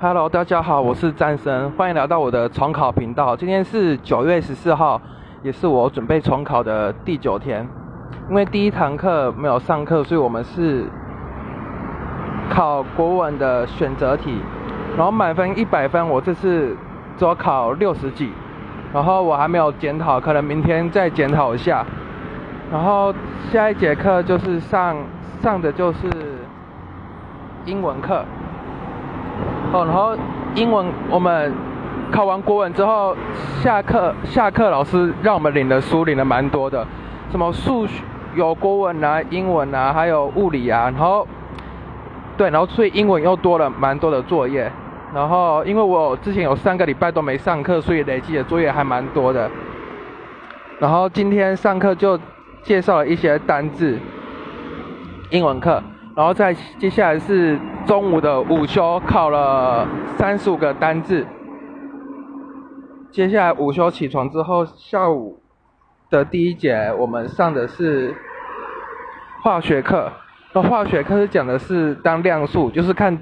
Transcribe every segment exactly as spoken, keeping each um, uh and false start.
Hello，大家好，我是战生，欢迎来到我的重考频道。今天是九月十四号，也是我准备重考的第九天。因为第一堂课没有上课，所以我们是考国文的选择题，然后满分一百分，我这次只有考六十几，然后我还没有检讨，可能明天再检讨一下。然后下一节课就是上上的就是英文课。哦，然后英文我们考完国文之后，下课下课老师让我们领的书领的蛮多的，什么数学有国文啊、英文啊，还有物理啊，然后对，然后所以英文又多了蛮多的作业。然后因为我之前有三个礼拜都没上课，所以累积的作业还蛮多的。然后今天上课就介绍了一些单字，英文课。然后再接下来是中午的午休，考了三十五个单字。接下来午休起床之后，下午的第一节我们上的是化学课。那化学课是讲的是当量数，就是看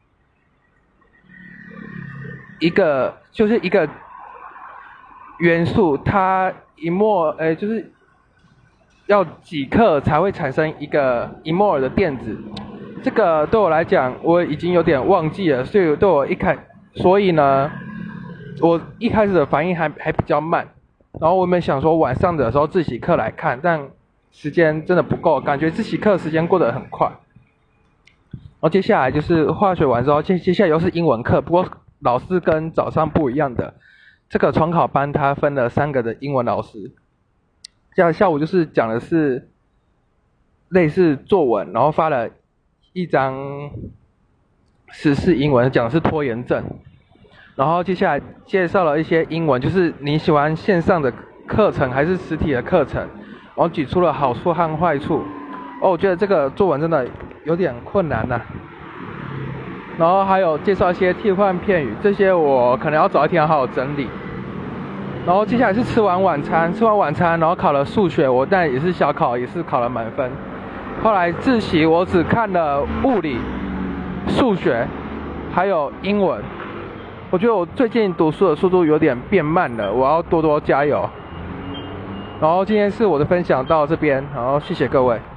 一个就是一个元素，它一摩呃就是要几克才会产生一个一摩尔的电子。这个对我来讲我已经有点忘记了，所以对我一开所以呢我一开始的反应还还比较慢。然后我们想说晚上的时候自习课来看，但时间真的不够，感觉自习课时间过得很快。然后接下来就是化学完之后，接接下来又是英文课，不过老师跟早上不一样的，这个重考班它分了三个的英文老师。这样下午就是讲的是类似作文，然后发了一张时事英文，讲的是拖延症。然后接下来介绍了一些英文，就是你喜欢线上的课程还是实体的课程，然后举出了好处和坏处。哦，我觉得这个作文真的有点困难呐、啊。然后还有介绍一些替换片语，这些我可能要找一天好好整理。然后接下来是吃完晚餐，吃完晚餐，然后考了数学，我但也是小考，也是考了满分。后来自习我只看了物理、数学，还有英文。我觉得我最近读书的速度有点变慢了，我要多多加油。然后今天是我的分享到这边，然后谢谢各位。